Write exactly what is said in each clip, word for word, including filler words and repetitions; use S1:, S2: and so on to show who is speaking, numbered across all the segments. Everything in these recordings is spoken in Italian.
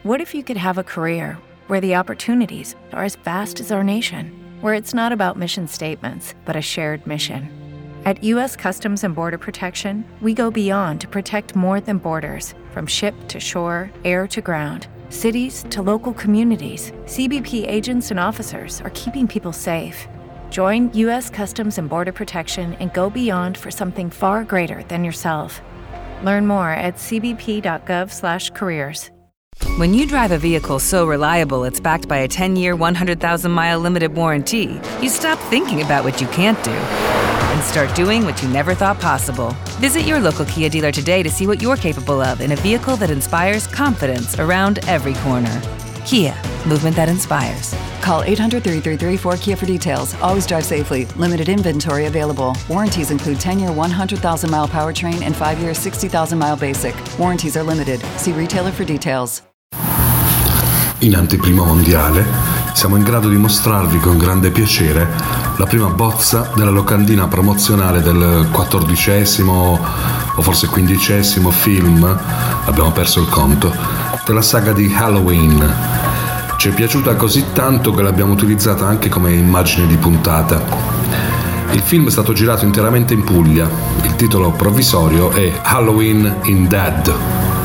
S1: What if you could have a career where the opportunities are as vast as our nation, where it's not about mission statements, but a shared mission? At U S Customs and Border Protection, we go beyond to protect more than borders. From ship to shore, air to ground, cities to local communities, C B P agents and officers are keeping people safe. Join U S Customs and Border Protection and go beyond for something far greater than yourself. Learn more at c b p dot gov slash careers.
S2: When you drive a vehicle so reliable it's backed by a ten-year, one hundred thousand mile limited warranty, you stop thinking about what you can't do and start doing what you never thought possible. Visit your local Kia dealer today to see what you're capable of in a vehicle that inspires confidence around every corner. Kia, movement that inspires.
S3: Call eight hundred, three three three, four Kia for details. Always drive safely. Limited inventory available. Warranties include ten-year, one hundred thousand mile powertrain and five-year, sixty thousand mile basic. Warranties are limited. See retailer for details.
S4: In anteprima mondiale siamo in grado di mostrarvi con grande piacere la prima bozza della locandina promozionale del quattordicesimo o forse quindicesimo film, abbiamo perso il conto, della saga di Halloween. Ci è piaciuta così tanto che l'abbiamo utilizzata anche come immagine di puntata. Il film è stato girato interamente in Puglia. Il titolo provvisorio è Halloween in Dead.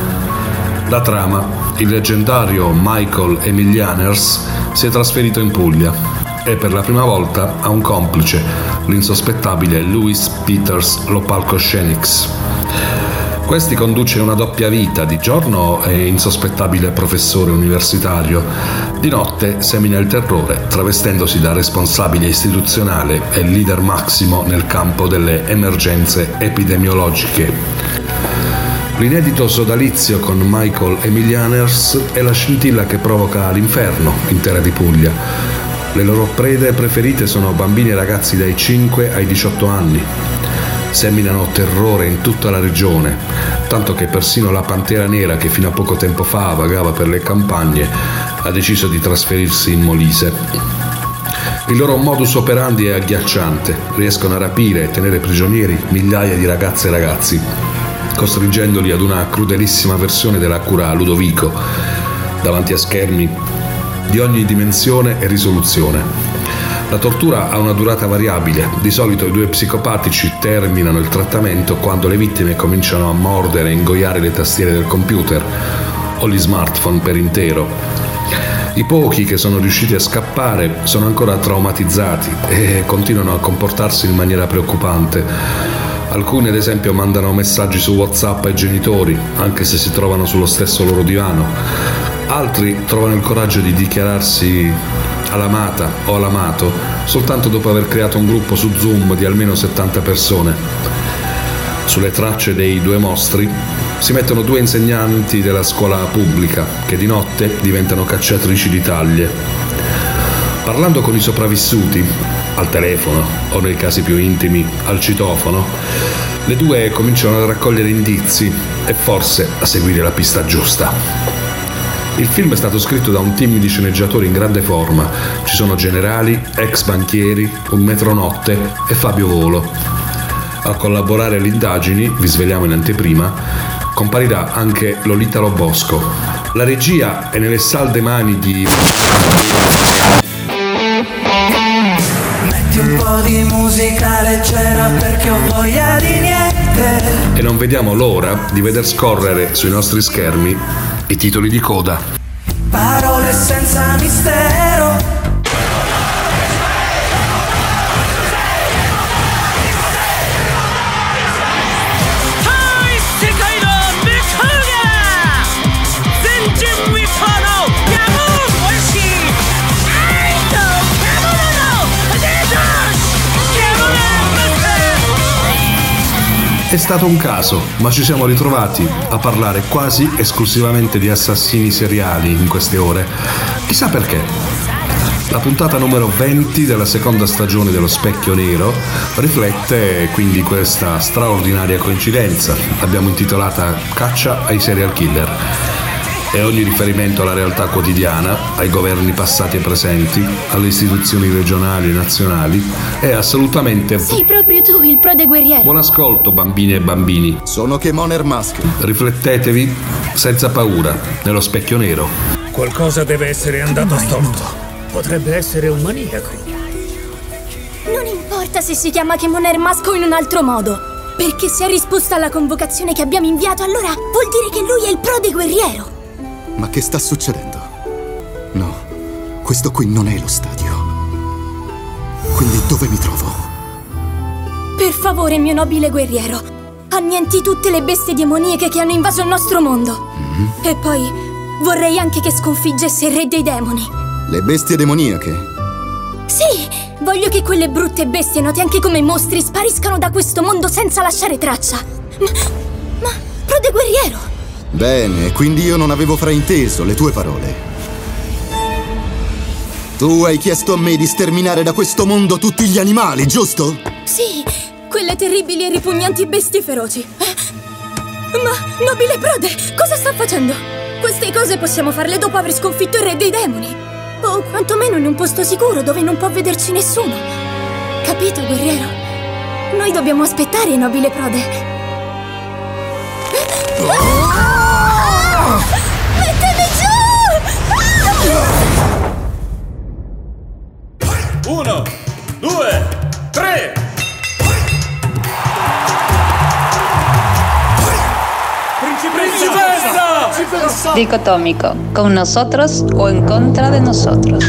S4: La trama: il leggendario Michael Emilianers si è trasferito in Puglia e per la prima volta ha un complice, l'insospettabile Louis Peters, lo palcoscenics. Questi conduce una doppia vita: di giorno è insospettabile professore universitario, di notte semina il terrore travestendosi da responsabile istituzionale e leader massimo nel campo delle emergenze epidemiologiche. L'inedito sodalizio con Michael Emilianers è la scintilla che provoca l'inferno in terra di Puglia. Le loro prede preferite sono bambini e ragazzi dai cinque ai diciotto anni. Seminano terrore in tutta la regione, tanto che persino la Pantera Nera, che fino a poco tempo fa vagava per le campagne, ha deciso di trasferirsi in Molise. Il loro modus operandi è agghiacciante: riescono a rapire e tenere prigionieri migliaia di ragazze e ragazzi, costringendoli ad una crudelissima versione della cura a Ludovico, davanti a schermi di ogni dimensione e risoluzione. La tortura ha una durata variabile. Di solito i due psicopatici terminano il trattamento quando le vittime cominciano a mordere e ingoiare le tastiere del computer o gli smartphone per intero. I pochi che sono riusciti a scappare sono ancora traumatizzati e continuano a comportarsi in maniera preoccupante. Alcuni, ad esempio, mandano messaggi su WhatsApp ai genitori, anche se si trovano sullo stesso loro divano. Altri trovano il coraggio di dichiararsi all'amata o all'amato soltanto dopo aver creato un gruppo su Zoom di almeno settanta persone. Sulle tracce dei due mostri si mettono due insegnanti della scuola pubblica che di notte diventano cacciatrici di taglie. Parlando con i sopravvissuti, al telefono o nei casi più intimi al citofono, le due cominciano a raccogliere indizi e forse a seguire la pista giusta. Il film è stato scritto da un team di sceneggiatori in grande forma. Ci sono generali, ex banchieri, un metronotte e Fabio Volo. A collaborare alle indagini, vi svegliamo in anteprima, comparirà anche Lolita Lo Bosco. La regia è nelle salde mani di...
S5: Un po' di musica leggera perché ho voglia di niente.
S4: E non vediamo l'ora di veder scorrere sui nostri schermi i titoli di coda.
S5: Parole senza mistero.
S4: È stato un caso, ma ci siamo ritrovati a parlare quasi esclusivamente di assassini seriali in queste ore. Chissà perché. La puntata numero venti della seconda stagione dello Specchio Nero riflette quindi questa straordinaria coincidenza. L'abbiamo intitolata Caccia ai serial killer. E ogni riferimento alla realtà quotidiana, ai governi passati e presenti, alle istituzioni regionali e nazionali è assolutamente...
S6: Sì, proprio tu, il prode guerriero.
S4: Buon ascolto, bambine e bambini.
S7: Sono Kemoner Mask.
S4: Riflettetevi senza paura nello Specchio Nero.
S7: Qualcosa deve essere andato storto. Potrebbe essere un maniaco.
S6: Non importa se si chiama Kemoner Mask o in un altro modo, perché se ha risposto alla convocazione che abbiamo inviato, allora vuol dire che lui è il prode guerriero.
S8: Ma che sta succedendo? No, questo qui non è lo stadio. Quindi dove mi trovo?
S6: Per favore, mio nobile guerriero, annienti tutte le bestie demoniache che hanno invaso il nostro mondo. Mm-hmm. E poi vorrei anche che sconfiggesse il re dei demoni.
S8: Le bestie demoniache?
S6: Sì, voglio che quelle brutte bestie, note anche come mostri, spariscano da questo mondo senza lasciare traccia. Ma... ma... prode guerriero!
S8: Bene, quindi io non avevo frainteso le tue parole. Tu hai chiesto a me di sterminare da questo mondo tutti gli animali, giusto?
S6: Sì, quelle terribili e ripugnanti bestie feroci. Ma, nobile prode, cosa sta facendo? Queste cose possiamo farle dopo aver sconfitto il re dei demoni. O quantomeno in un posto sicuro dove non può vederci nessuno. Capito, guerriero? Noi dobbiamo aspettare, nobile prode. Ah! Mettimi giù! Ah!
S9: Uno, due, tre!
S10: ¡Principessa! Dicotómico, con nosotros o en contra de nosotros.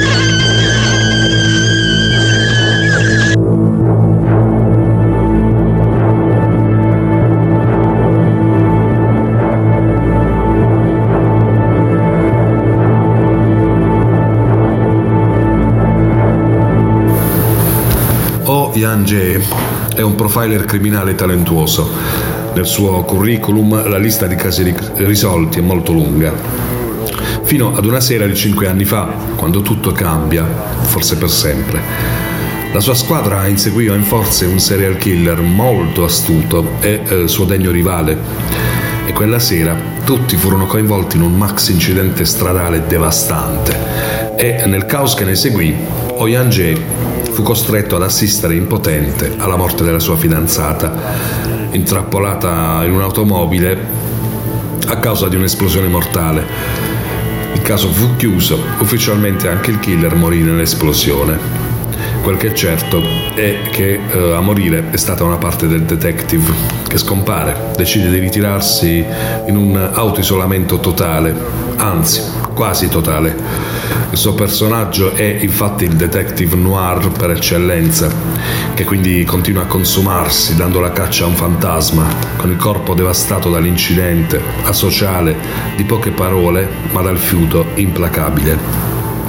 S4: Yang-jae è un profiler criminale talentuoso. Nel suo curriculum la lista di casi risolti è molto lunga. Fino ad una sera di cinque anni fa, quando tutto cambia, forse per sempre. La sua squadra inseguiva in forze un serial killer molto astuto e eh, suo degno rivale. E quella sera tutti furono coinvolti in un maxi incidente stradale devastante. E nel caos che ne seguì, Oh Yang-jae fu costretto ad assistere impotente alla morte della sua fidanzata, intrappolata in un'automobile a causa di un'esplosione mortale. Il caso fu chiuso, ufficialmente anche il killer morì nell'esplosione. Quel che è certo è che eh, a morire è stata una parte del detective, che scompare, decide di ritirarsi in un autoisolamento totale, anzi quasi totale. Il suo personaggio è infatti il detective noir per eccellenza, che quindi continua a consumarsi dando la caccia a un fantasma, con il corpo devastato dall'incidente, asociale, di poche parole, ma dal fiuto implacabile.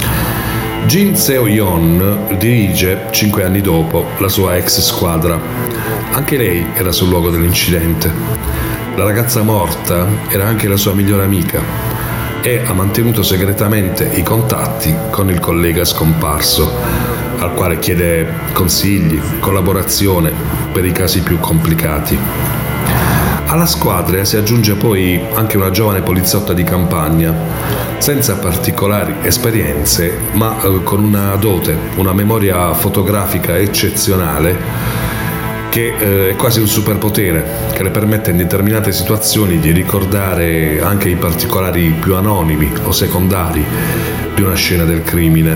S4: Jin Seo-yeon dirige, cinque anni dopo, la sua ex squadra. Anche lei era sul luogo dell'incidente. La ragazza morta era anche la sua migliore amica e ha mantenuto segretamente i contatti con il collega scomparso, al quale chiede consigli, collaborazione per i casi più complicati. Alla squadra si aggiunge poi anche una giovane poliziotta di campagna, senza particolari esperienze, ma con una dote, una memoria fotografica eccezionale, che eh, è quasi un superpotere, che le permette in determinate situazioni di ricordare anche i particolari più anonimi o secondari di una scena del crimine.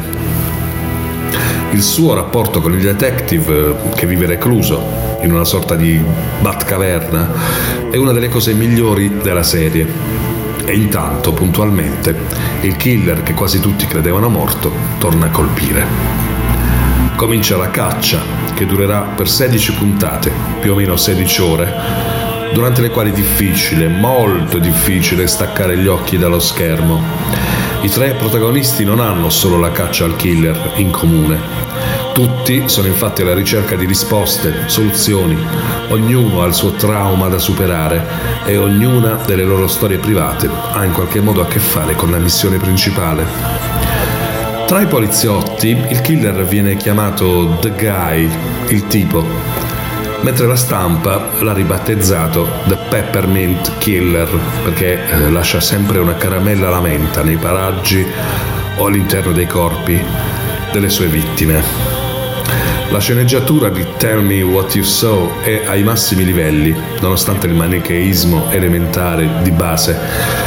S4: Il suo rapporto con il detective, che vive recluso in una sorta di Batcaverna, è una delle cose migliori della serie. E intanto, puntualmente, il killer che quasi tutti credevano morto torna a colpire. Comincia la caccia, che durerà per sedici puntate, più o meno sedici ore, durante le quali è difficile, molto difficile, staccare gli occhi dallo schermo. I tre protagonisti non hanno solo la caccia al killer in comune. Tutti sono infatti alla ricerca di risposte, soluzioni. Ognuno ha il suo trauma da superare e ognuna delle loro storie private ha in qualche modo a che fare con la missione principale. Tra i poliziotti, il killer viene chiamato The Guy, il tipo, mentre la stampa l'ha ribattezzato The Peppermint Killer, perché eh, lascia sempre una caramella alla menta nei paraggi o all'interno dei corpi delle sue vittime. La sceneggiatura di Tell Me What You Saw è ai massimi livelli, nonostante il manicheismo elementare di base.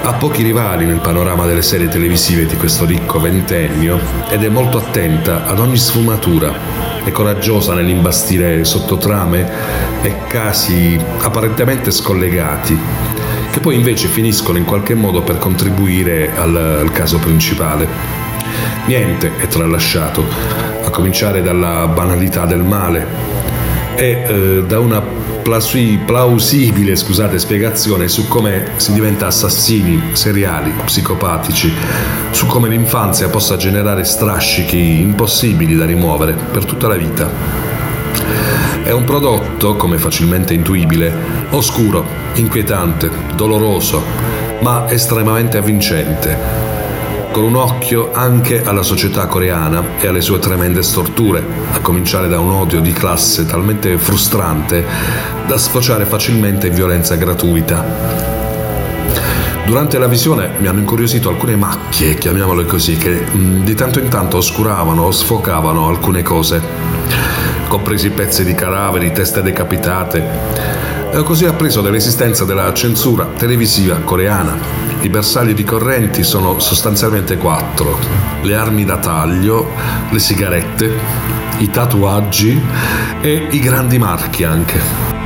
S4: Ha pochi rivali nel panorama delle serie televisive di questo ricco ventennio ed è molto attenta ad ogni sfumatura. È coraggiosa nell'imbastire sottotrame e casi apparentemente scollegati, che poi invece finiscono in qualche modo per contribuire al, al caso principale. Niente è tralasciato, a cominciare dalla banalità del male e eh, da una plausibile scusate, spiegazione su come si diventa assassini seriali, psicopatici, su come l'infanzia possa generare strascichi impossibili da rimuovere per tutta la vita. È un prodotto, come facilmente intuibile, oscuro, inquietante, doloroso, ma estremamente avvincente, con un occhio anche alla società coreana e alle sue tremende storture, a cominciare da un odio di classe talmente frustrante da sfociare facilmente in violenza gratuita. Durante la visione mi hanno incuriosito alcune macchie, chiamiamole così, che mh, di tanto in tanto oscuravano o sfocavano alcune cose, compresi pezzi di cadaveri, teste decapitate. E ho così appreso dell'esistenza della censura televisiva coreana. I bersagli ricorrenti sono sostanzialmente quattro: le armi da taglio, le sigarette, i tatuaggi e i grandi marchi anche.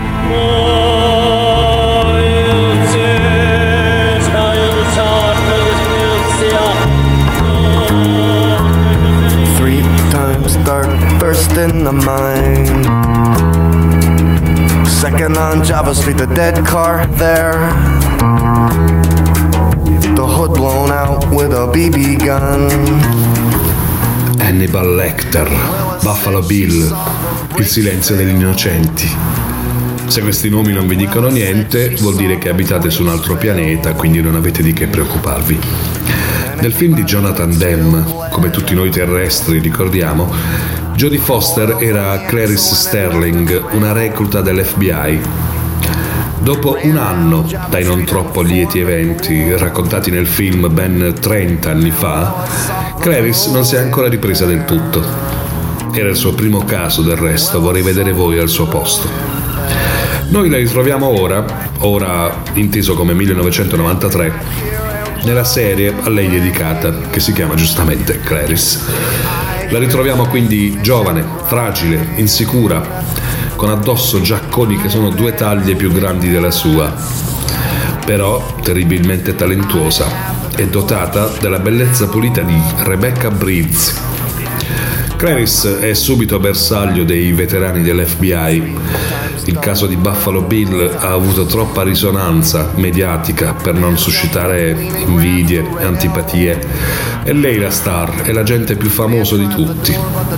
S11: Three times dark burst in the mind. Second on Java Street, the dead car there. The hood blown out with a B B gun.
S4: Hannibal Lecter, Buffalo Bill, il silenzio degli innocenti. Se questi nomi non vi dicono niente, vuol dire che abitate su un altro pianeta, quindi non avete di che preoccuparvi. Nel film di Jonathan Demme, come tutti noi terrestri ricordiamo, Jodie Foster era Clarice Sterling, una recluta dell'F B I. Dopo un anno dai non troppo lieti eventi raccontati nel film ben trenta anni fa, Clarice non si è ancora ripresa del tutto. Era il suo primo caso, del resto, vorrei vedere voi al suo posto. Noi la ritroviamo ora, ora inteso come millenovecentonovantatré, nella serie a lei dedicata, che si chiama giustamente Clarice. La ritroviamo quindi giovane, fragile, insicura, con addosso giacconi che sono due taglie più grandi della sua, però terribilmente talentuosa e dotata della bellezza pulita di Rebecca Breeds. Clarice è subito bersaglio dei veterani dell'F B I. Il caso di Buffalo Bill ha avuto troppa risonanza mediatica per non suscitare invidie e antipatie, e lei la star è l'agente più famoso di tutti.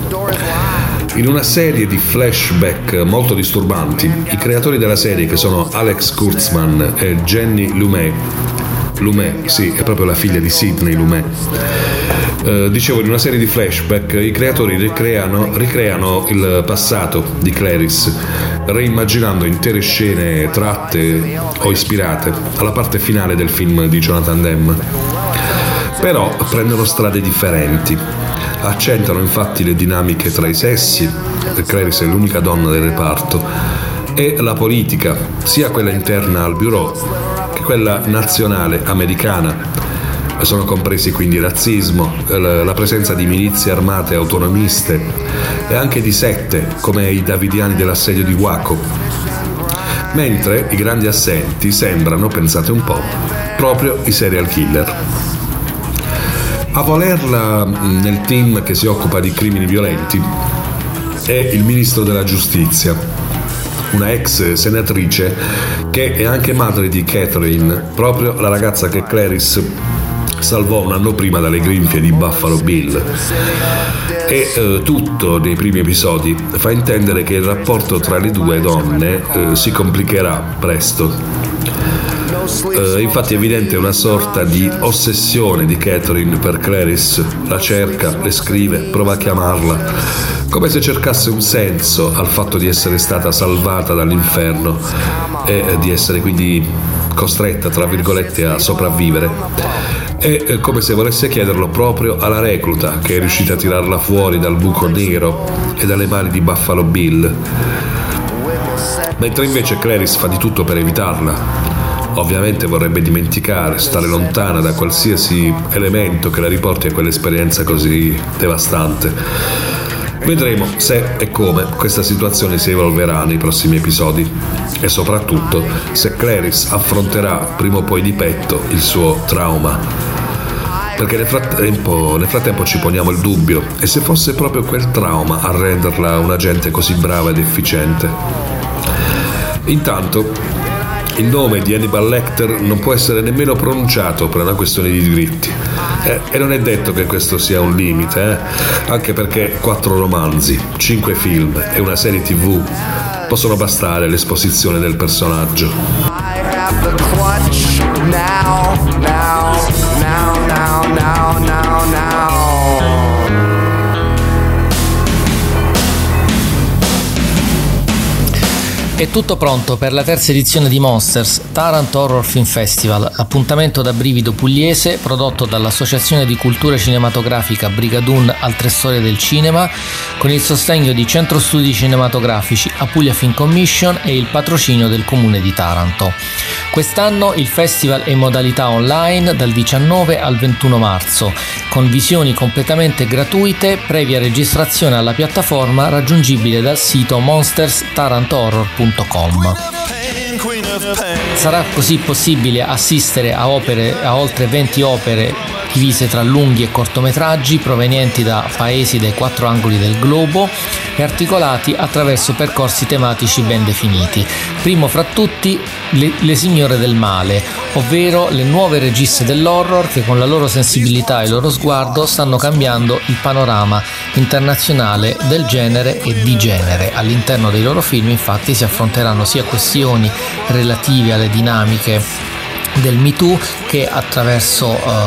S4: In una serie di flashback molto disturbanti, i creatori della serie, che sono Alex Kurtzman e Jenny Lumet, Lumet, sì, è proprio la figlia di Sidney Lumet, eh, dicevo, in una serie di flashback i creatori ricreano, ricreano il passato di Clarice, reimmaginando intere scene tratte o ispirate alla parte finale del film di Jonathan Demme. Però prendono strade differenti. Accentuano infatti le dinamiche tra i sessi, Clarice è l'unica donna del reparto, e la politica, sia quella interna al bureau che quella nazionale americana. Sono compresi quindi il razzismo, la presenza di milizie armate autonomiste e anche di sette come i davidiani dell'assedio di Waco. Mentre i grandi assenti sembrano, pensate un po', proprio i serial killer. A volerla nel team che si occupa di crimini violenti è il ministro della giustizia, una ex senatrice che è anche madre di Catherine, proprio la ragazza che Clarice salvò un anno prima dalle grinfie di Buffalo Bill. E eh, tutto nei primi episodi fa intendere che il rapporto tra le due donne eh, si complicherà presto. Uh, infatti è evidente una sorta di ossessione di Catherine per Clarice. La cerca, le scrive, prova a chiamarla, come se cercasse un senso al fatto di essere stata salvata dall'inferno e eh, di essere quindi costretta, tra virgolette, a sopravvivere. È eh, come se volesse chiederlo proprio alla recluta, che è riuscita a tirarla fuori dal buco nero e dalle mani di Buffalo Bill, mentre invece Clarice fa di tutto per evitarla. ovviamente vorrebbe dimenticare, stare lontana da qualsiasi elemento che la riporti a quell'esperienza così devastante. Vedremo se e come questa situazione si evolverà nei prossimi episodi e soprattutto se Clarice affronterà prima o poi di petto il suo trauma. Perché nel frattempo, nel frattempo ci poniamo il dubbio, e se fosse proprio quel trauma a renderla un'agente così brava ed efficiente? Intanto, il nome di Hannibal Lecter non può essere nemmeno pronunciato per una questione di diritti. Eh, e non è detto che questo sia un limite, eh? Anche perché quattro romanzi, cinque film e una serie tivù possono bastare all'esposizione del personaggio.
S11: I have the clutch now, now, now, now, now, now, now.
S12: È tutto pronto per la terza edizione di Monsters, Taranto Horror Film Festival, appuntamento da brivido pugliese prodotto dall'Associazione di Cultura Cinematografica Brigadoon Altre Storie del Cinema, con il sostegno di Centro Studi Cinematografici, Apulia Film Commission e il patrocinio del Comune di Taranto. Quest'anno il festival è in modalità online dal diciannove al ventuno marzo, con visioni completamente gratuite previa registrazione alla piattaforma raggiungibile dal sito monsters taranto horror punto com. Sarà così possibile assistere a opere, a oltre venti opere divise tra lunghi e cortometraggi provenienti da paesi dai quattro angoli del globo e articolati attraverso percorsi tematici ben definiti. Primo fra tutti le, le signore del male, ovvero le nuove registe dell'horror che con la loro sensibilità e il loro sguardo stanno cambiando il panorama internazionale del genere e di genere. All'interno dei loro film infatti si affronteranno sia questioni relative alle dinamiche del Me Too che attraverso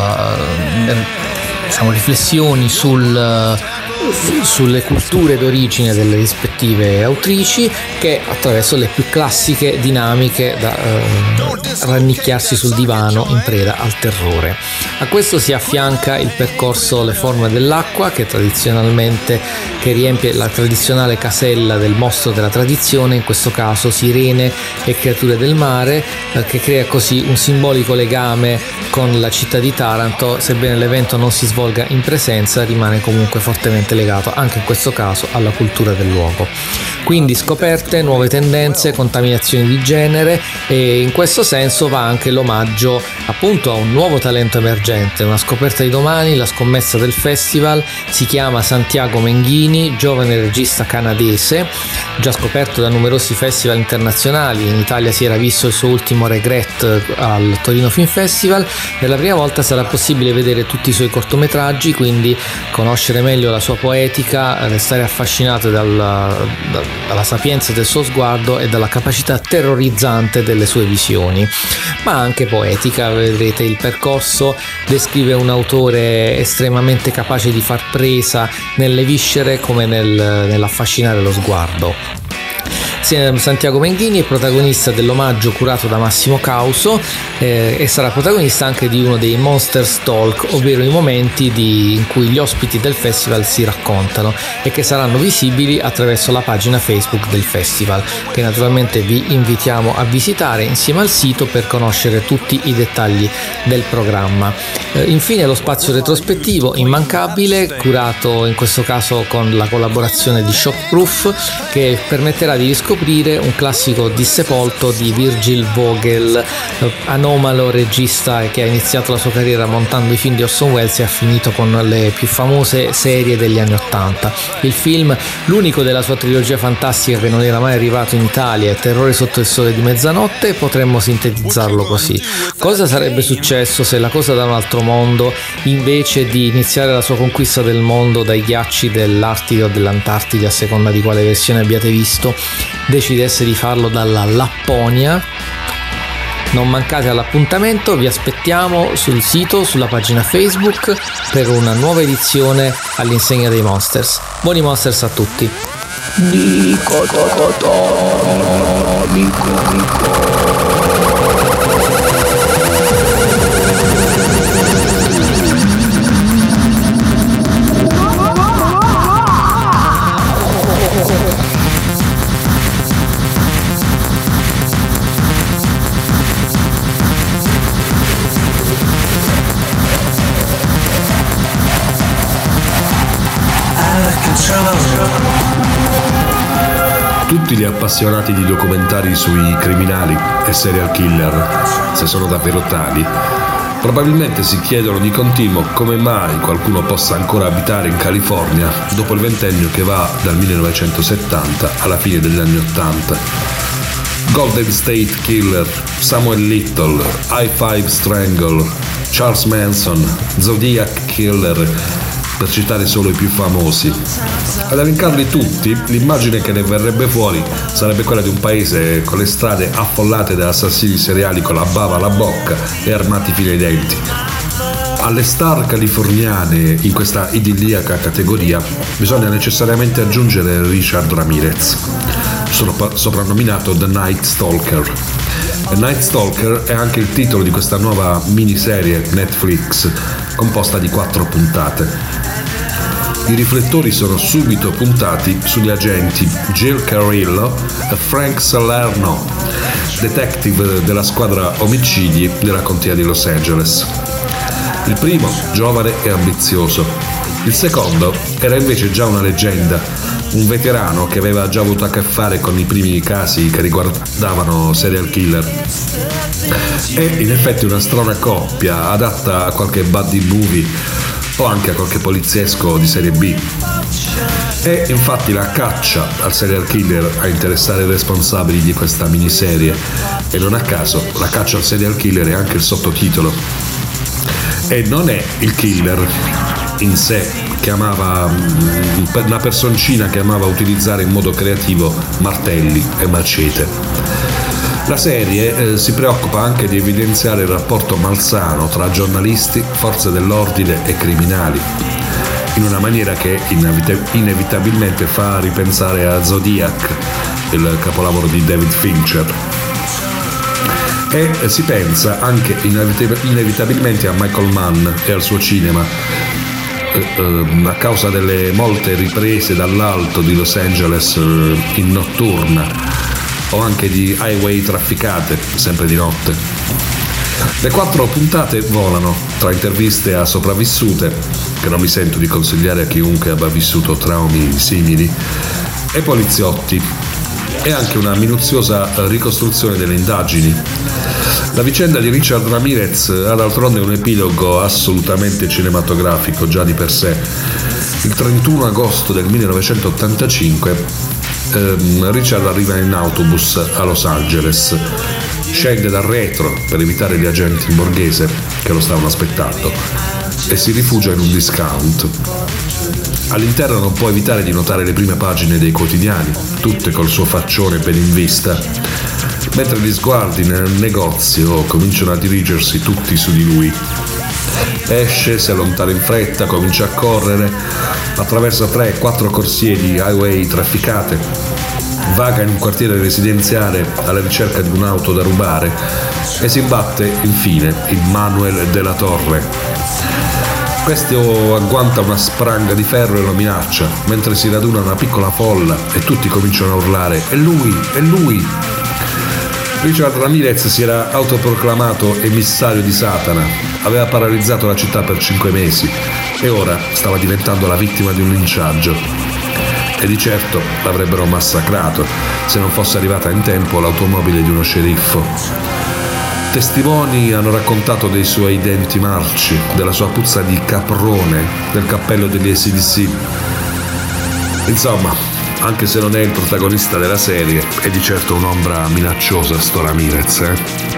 S12: uh, diciamo, riflessioni sul, uh, sulle culture d'origine delle rispettive autrici, che attraverso le più classiche dinamiche da uh, rannicchiarsi sul divano in preda al terrore. A questo si affianca il percorso Le forme dell'acqua, che tradizionalmente che riempie la tradizionale casella del mostro della tradizione, in questo caso sirene e creature del mare, eh, che crea così un simbolico legame con la città di Taranto. Sebbene l'evento non si svolga in presenza, rimane comunque fortemente legato anche in questo caso alla cultura del luogo. Quindi scoperte, nuove tendenze, contaminazioni di genere, e in questo senso va anche l'omaggio appunto a un nuovo talento emergente, una scoperta di domani. La scommessa del festival si chiama Santiago Menghini, giovane regista canadese, già scoperto da numerosi festival internazionali. In Italia si era visto il suo ultimo Regret al Torino Film Festival. Per la prima volta sarà possibile vedere tutti i suoi cortometraggi, quindi conoscere meglio la sua poetica, restare affascinato dalla, da, dalla sapienza del suo sguardo e dalla capacità terrorizzante delle sue visioni, ma anche poetica. Vedrete il percorso descrive un autore estremamente capace di far presa nelle viscere come nel, nell'affascinare lo sguardo. Santiago Menghini è protagonista dell'omaggio curato da Massimo Causo eh, e sarà protagonista anche di uno dei Monsters Talk, ovvero i momenti di, in cui gli ospiti del festival si raccontano e che saranno visibili attraverso la pagina Facebook del festival, che naturalmente vi invitiamo a visitare insieme al sito per conoscere tutti i dettagli del programma. Eh, infine lo spazio retrospettivo immancabile, curato in questo caso con la collaborazione di Shockproof, che permetterà di riscoprire un classico dissepolto di Virgil Vogel, anomalo regista che ha iniziato la sua carriera montando i film di Orson Welles e ha finito con le più famose serie degli anni ottanta. Il film, l'unico della sua trilogia fantastica che non era mai arrivato in Italia, è Terrore sotto il sole di mezzanotte. Potremmo sintetizzarlo così: cosa sarebbe successo se La cosa da un altro mondo, invece di iniziare la sua conquista del mondo dai ghiacci dell'Artide o dell'Antartide, a seconda di quale versione abbiate visto, decidesse di farlo dalla Lapponia? Non mancate all'appuntamento, vi aspettiamo sul sito, sulla pagina Facebook per una nuova edizione all'insegna dei Monsters. Buoni Monsters a tutti. Nico, to, to, Nico, Nico.
S4: Tutti gli appassionati di documentari sui criminali e serial killer, se sono davvero tali, probabilmente si chiedono di continuo come mai qualcuno possa ancora abitare in California dopo il ventennio che va dal millenovecentosettanta alla fine degli anni ottanta. Golden State Killer, Samuel Little, I cinque Strangle, Charles Manson, Zodiac Killer, per citare solo i più famosi. Ad elencarli tutti, l'immagine che ne verrebbe fuori sarebbe quella di un paese con le strade affollate da assassini seriali con la bava alla bocca e armati fino ai denti. Alle star californiane in questa idilliaca categoria bisogna necessariamente aggiungere Richard Ramirez, soprannominato The Night Stalker. The Night Stalker è anche il titolo di questa nuova miniserie Netflix composta di quattro puntate. I riflettori sono subito puntati sugli agenti Jill Carrillo e Frank Salerno, detective della squadra omicidi della contea di Los Angeles. Il primo, giovane e ambizioso. Il secondo era invece già una leggenda, un veterano che aveva già avuto a che fare con i primi casi che riguardavano serial killer. È in effetti una strana coppia, adatta a qualche buddy movie o anche a qualche poliziesco di serie B. È infatti la caccia al serial killer a interessare i responsabili di questa miniserie, e non a caso la caccia al serial killer è anche il sottotitolo. E non è il killer in sé che amava, una personcina che amava utilizzare in modo creativo martelli e macete. La serie eh, si preoccupa anche di evidenziare il rapporto malsano tra giornalisti, forze dell'ordine e criminali, in una maniera che inevita- inevitabilmente fa ripensare a Zodiac, il capolavoro di David Fincher. E eh, si pensa anche inevit- inevitabilmente a Michael Mann e al suo cinema, eh, eh, a causa delle molte riprese dall'alto di Los Angeles eh, in notturna, o anche di highway trafficate, sempre di notte. Le quattro puntate volano tra interviste a sopravvissute, che non mi sento di consigliare a chiunque abbia vissuto traumi simili, e poliziotti, e anche una minuziosa ricostruzione delle indagini. La vicenda di Richard Ramirez ha d'altronde un epilogo assolutamente cinematografico già di per sé. Il trentuno agosto del millenovecentottantacinque Richard arriva in autobus a Los Angeles, scende dal retro per evitare gli agenti in borghese che lo stavano aspettando e si rifugia in un discount. All'interno non può evitare di notare le prime pagine dei quotidiani, tutte col suo faccione ben in vista, mentre gli sguardi nel negozio cominciano a dirigersi tutti su di lui. Esce, si allontana in fretta, comincia a correre, attraversa tre quattro corsie di highway trafficate, vaga in un quartiere residenziale alla ricerca di un'auto da rubare e si imbatte infine in Manuel de la Torre. Questo agguanta una spranga di ferro e lo minaccia, mentre si raduna una piccola folla e tutti cominciano a urlare: è lui, è lui! Richard Ramirez si era autoproclamato emissario di Satana, aveva paralizzato la città per cinque mesi e ora stava diventando la vittima di un linciaggio. E di certo l'avrebbero massacrato se non fosse arrivata in tempo l'automobile di uno sceriffo. Testimoni hanno raccontato dei suoi denti marci, della sua puzza di caprone, del cappello degli A C D C. Insomma, anche se non è il protagonista della serie, è di certo un'ombra minacciosa sto Ramirez, eh?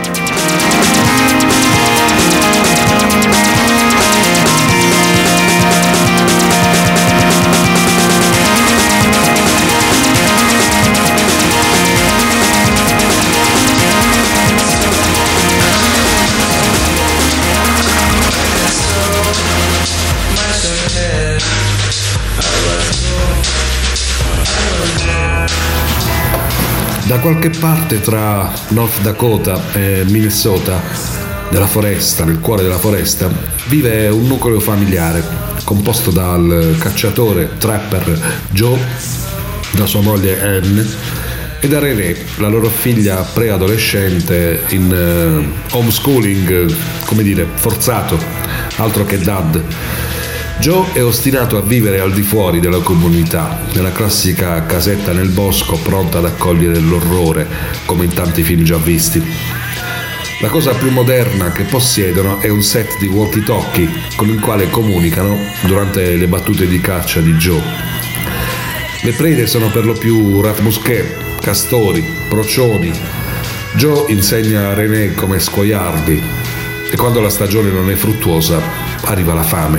S4: Da qualche parte tra North Dakota e Minnesota, nella foresta, nel cuore della foresta, vive un nucleo familiare composto dal cacciatore trapper Joe, da sua moglie Anne e da Renee, la loro figlia preadolescente in uh, homeschooling, come dire, forzato, altro che dad. Joe è ostinato a vivere al di fuori della comunità, nella classica casetta nel bosco pronta ad accogliere l'orrore, come in tanti film già visti. La cosa più moderna che possiedono è un set di walkie-talkie con il quale comunicano durante le battute di caccia di Joe. Le prede sono per lo più rat musqué, castori, procioni. Joe insegna a René come scoiarli e quando la stagione non è fruttuosa arriva la fame.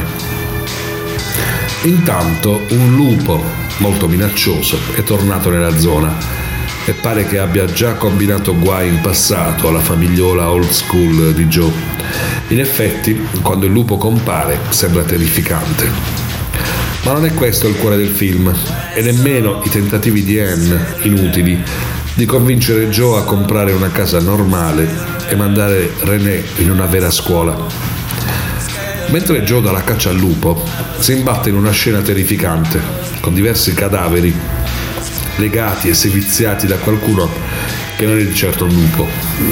S4: Intanto un lupo molto minaccioso è tornato nella zona e pare che abbia già combinato guai in passato alla famigliola old school di Joe. In effetti, quando il lupo compare, sembra terrificante. Ma non è questo il cuore del film, e nemmeno i tentativi di Anne, inutili, di convincere Joe a comprare una casa normale e mandare René in una vera scuola. Mentre Joe dà la caccia al lupo, si imbatte in una scena terrificante, con diversi cadaveri legati e seviziati da qualcuno che non è di certo un lupo.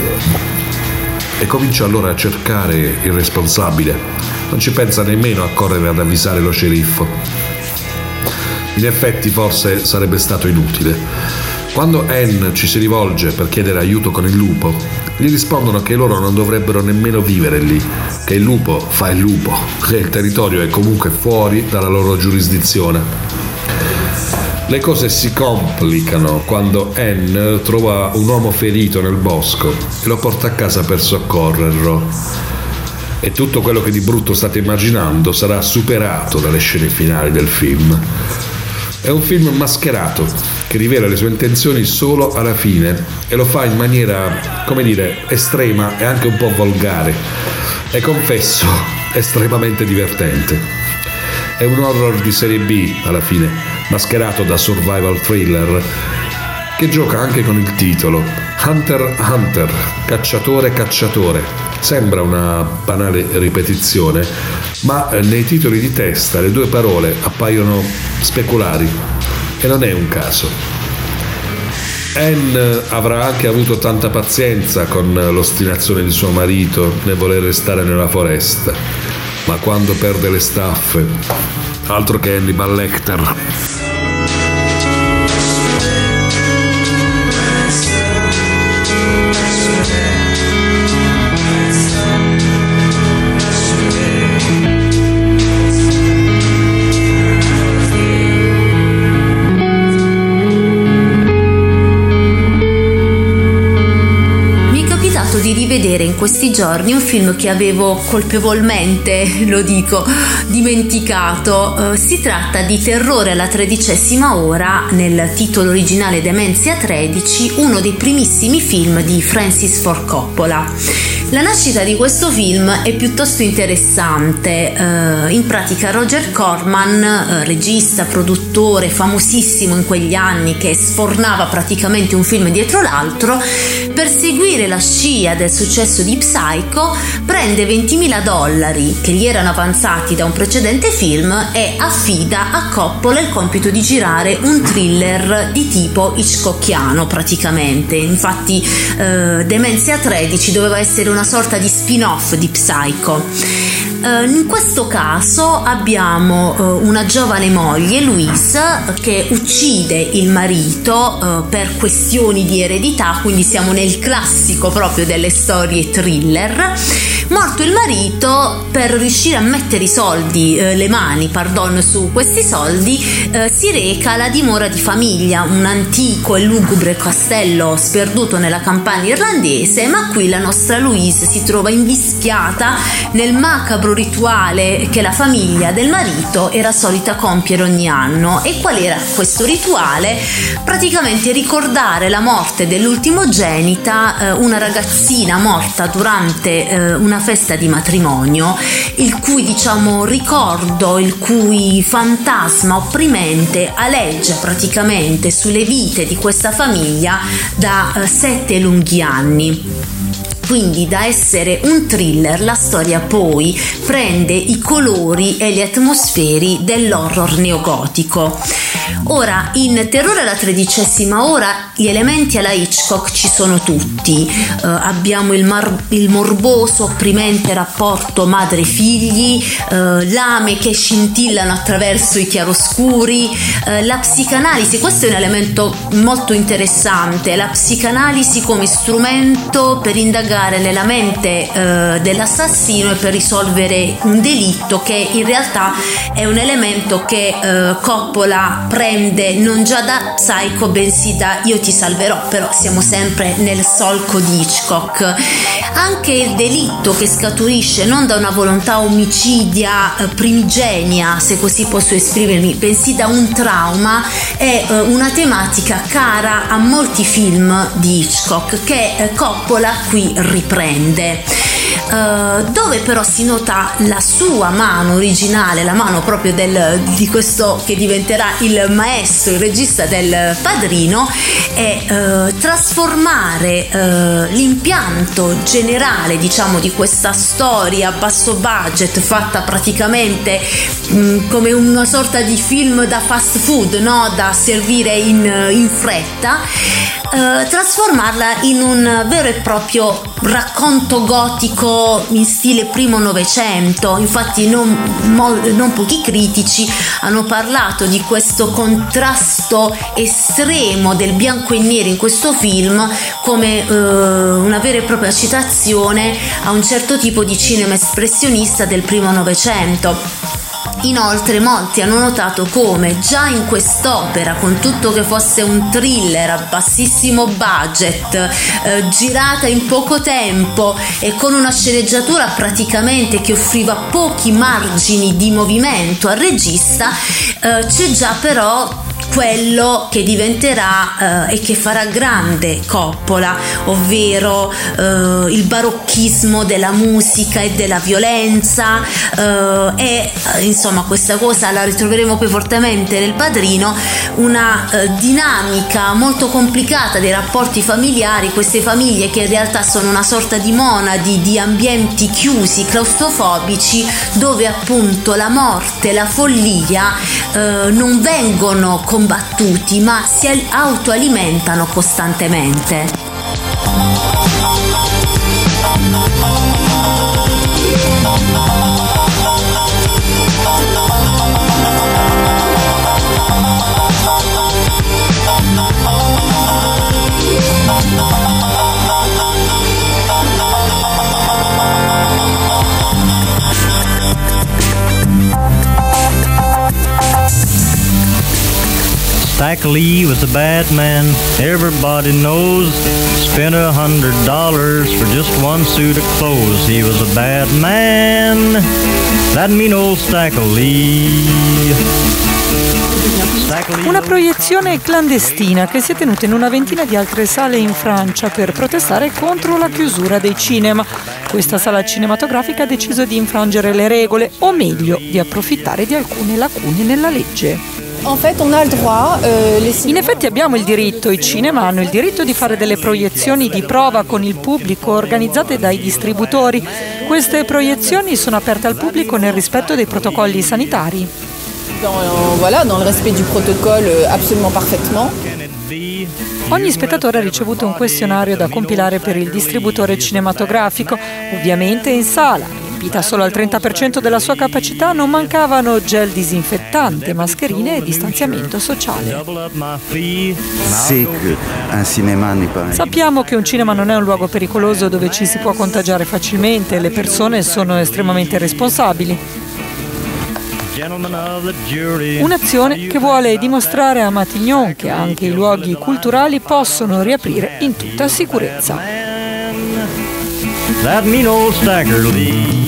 S4: E comincia allora a cercare il responsabile. Non ci pensa nemmeno a correre ad avvisare lo sceriffo. In effetti forse sarebbe stato inutile. Quando Anne ci si rivolge per chiedere aiuto con il lupo, gli rispondono che loro non dovrebbero nemmeno vivere lì, che il lupo fa il lupo, che il territorio è comunque fuori dalla loro giurisdizione. Le cose si complicano quando Anne trova un uomo ferito nel bosco e lo porta a casa per soccorrerlo. E tutto quello che di brutto state immaginando sarà superato dalle scene finali del film. È un film mascherato che rivela le sue intenzioni solo alla fine e lo fa in maniera, come dire, estrema e anche un po' volgare e, confesso, estremamente divertente. È un horror di serie B alla fine, mascherato da survival thriller, che gioca anche con il titolo Hunter Hunter, cacciatore cacciatore. Sembra una banale ripetizione, ma nei titoli di testa le due parole appaiono speculari e non è un caso. Anne avrà anche avuto tanta pazienza con l'ostinazione di suo marito nel voler restare nella foresta, ma quando perde le staffe, altro che Hannibal Lecter.
S13: Di rivedere in questi giorni un film che avevo colpevolmente, lo dico, dimenticato. Uh, si tratta di Terrore alla tredicesima ora, nel titolo originale Dementia tredici, uno dei primissimi film di Francis Ford Coppola. La nascita di questo film è piuttosto interessante. Uh, in pratica Roger Corman, uh, regista, produttore famosissimo in quegli anni, che sfornava praticamente un film dietro l'altro, per seguire la scia del successo di Psycho prende ventimila dollari che gli erano avanzati da un precedente film e affida a Coppola il compito di girare un thriller di tipo hitchcockiano praticamente. Infatti eh, Dementia tredici doveva essere una sorta di spin-off di Psycho. In questo caso abbiamo una giovane moglie, Louise, che uccide il marito per questioni di eredità, quindi siamo nel classico proprio delle storie thriller. Morto il marito, per riuscire a mettere i soldi, le mani, pardon, su questi soldi, si reca alla dimora di famiglia, un antico e lugubre castello sperduto nella campagna irlandese, ma qui la nostra Louise si trova invischiata nel macabro rituale che la famiglia del marito era solita compiere ogni anno. E qual era questo rituale? Praticamente ricordare la morte dell'ultimogenita, eh, una ragazzina morta durante eh, una festa di matrimonio, il cui diciamo ricordo, il cui fantasma opprimente aleggia praticamente sulle vite di questa famiglia da eh, sette lunghi anni. quindi da essere un thriller la storia poi prende i colori e le atmosfere dell'horror neogotico. Ora, in Terrore alla tredicesima ora gli elementi alla Hitchcock ci sono tutti. Uh, abbiamo il, mar- il morboso, opprimente rapporto madre-figli, uh, lame che scintillano attraverso i chiaroscuri, uh, la psicanalisi. Questo è un elemento molto interessante, la psicanalisi come strumento per indagare nella mente uh, dell'assassino e per risolvere un delitto, che in realtà è un elemento che uh, Coppola prende non già da Psycho bensì da Io ti salverò, però siamo sempre nel solco di Hitchcock. Anche il delitto che scaturisce non da una volontà omicidia eh, primigenia, se così posso esprimermi, bensì da un trauma, è eh, una tematica cara a molti film di Hitchcock che eh, Coppola qui riprende. Uh, dove però si nota la sua mano originale, la mano proprio del, di questo che diventerà il maestro, il regista del Padrino, è uh, trasformare uh, l'impianto generale, diciamo, di questa storia a basso budget, fatta praticamente mh, come una sorta di film da fast food, no? Da servire in, in fretta, uh, trasformarla in un vero e proprio racconto gotico in stile primo novecento. Infatti non, mo, non pochi critici hanno parlato di questo contrasto estremo del bianco e nero in questo film come eh, una vera e propria citazione a un certo tipo di cinema espressionista del primo novecento. Inoltre molti hanno notato come già in quest'opera, con tutto che fosse un thriller a bassissimo budget, eh, girata in poco tempo e con una sceneggiatura praticamente che offriva pochi margini di movimento al regista, eh, c'è già però quello che diventerà eh, e che farà grande Coppola, ovvero eh, il barocchismo della musica e della violenza, eh, e eh, insomma questa cosa la ritroveremo poi fortemente nel Padrino, una eh, dinamica molto complicata dei rapporti familiari, queste famiglie che in realtà sono una sorta di monadi di ambienti chiusi, claustrofobici, dove appunto la morte, la follia eh, non vengono combattuti ma si autoalimentano costantemente.
S14: Spike Lee was a bad man, everybody knows. Spent a hundred dollars for just one suit of clothes. He was a bad man, that mean old Spike Lee.
S15: Una proiezione clandestina che si è tenuta in una ventina di altre sale in Francia per protestare contro la chiusura dei cinema. Questa sala cinematografica ha deciso di infrangere le regole, o meglio, di approfittare di alcune lacune nella legge. In effetti abbiamo il diritto, i cinema hanno il diritto di fare delle proiezioni di prova con il pubblico organizzate dai distributori. Queste proiezioni sono aperte al pubblico nel rispetto dei protocolli sanitari.
S16: Voilà, dans le respect du protocole, absolument parfaitement.
S15: Ogni spettatore ha ricevuto un questionario da compilare per il distributore cinematografico, ovviamente in sala. Riempita solo al trenta per cento della sua capacità, non mancavano gel disinfettante, mascherine e distanziamento sociale. Sappiamo che un cinema non è un luogo pericoloso dove ci si può contagiare facilmente e le persone sono estremamente responsabili. Un'azione che vuole dimostrare a Matignon che anche i luoghi culturali possono riaprire in tutta sicurezza.
S14: That mean old Stagger Lee.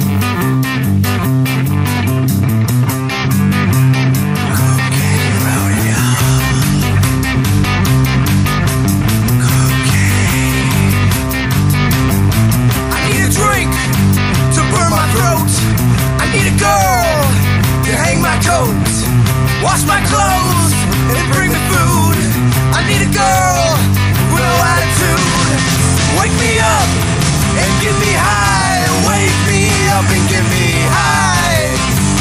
S5: Wash my clothes and bring me food. I need a girl with no attitude. Wake me up Get me high, wake me up and get me high.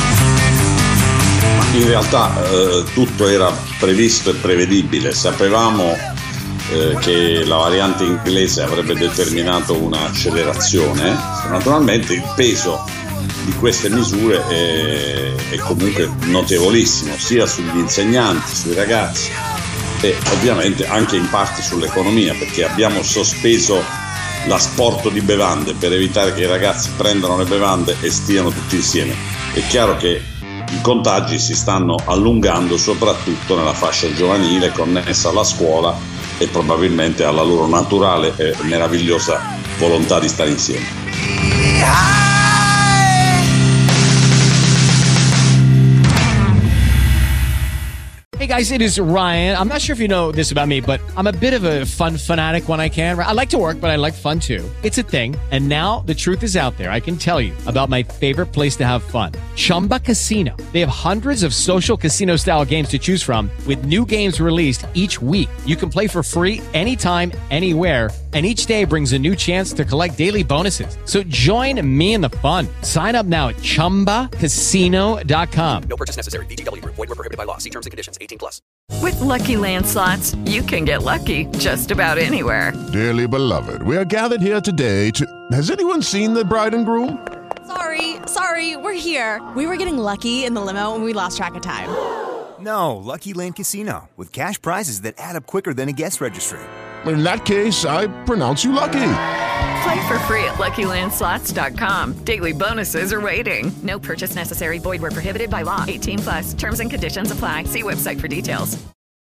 S17: In realtà eh, tutto era previsto e prevedibile, sapevamo eh, che la variante inglese avrebbe determinato un'accelerazione, naturalmente il peso di queste misure è, è comunque notevolissimo, sia sugli insegnanti, sui ragazzi e ovviamente anche in parte sull'economia, perché abbiamo sospeso l'asporto di bevande per evitare che i ragazzi prendano le bevande e stiano tutti insieme. È chiaro che i contagi si stanno allungando soprattutto nella fascia giovanile connessa alla scuola e probabilmente alla loro naturale e meravigliosa volontà di stare insieme.
S18: Hey guys, it is Ryan. I'm not sure if you know this about me, but I'm a bit of a fun fanatic when I can. I like to work, but I like fun too. It's a thing. And now the truth is out there. I can tell you about my favorite place to have fun. Chumba Casino. They have hundreds of social casino style games to choose from with new games released each week. You can play for free anytime, anywhere. And each day brings a new chance to collect daily bonuses. So join me in the fun. Sign up now at chumba casino dot com.
S19: No purchase necessary. V G W. Void where prohibited by law. See terms and conditions. eighteen plus.
S20: With Lucky Land Slots, you can get lucky just about anywhere.
S21: Dearly beloved, we are gathered here today to... Has anyone seen the bride and groom?
S22: Sorry, sorry, we're here. We were getting lucky in the limo and we lost track of time.
S23: No, Lucky Land Casino. With cash prizes that add up quicker than a guest registry.
S21: In that case, I pronounce you lucky.
S20: Play for free at lucky land slots dot com. Daily bonuses are waiting. No purchase necessary. Void where prohibited by law. eighteen plus. Terms and conditions apply. See website for details.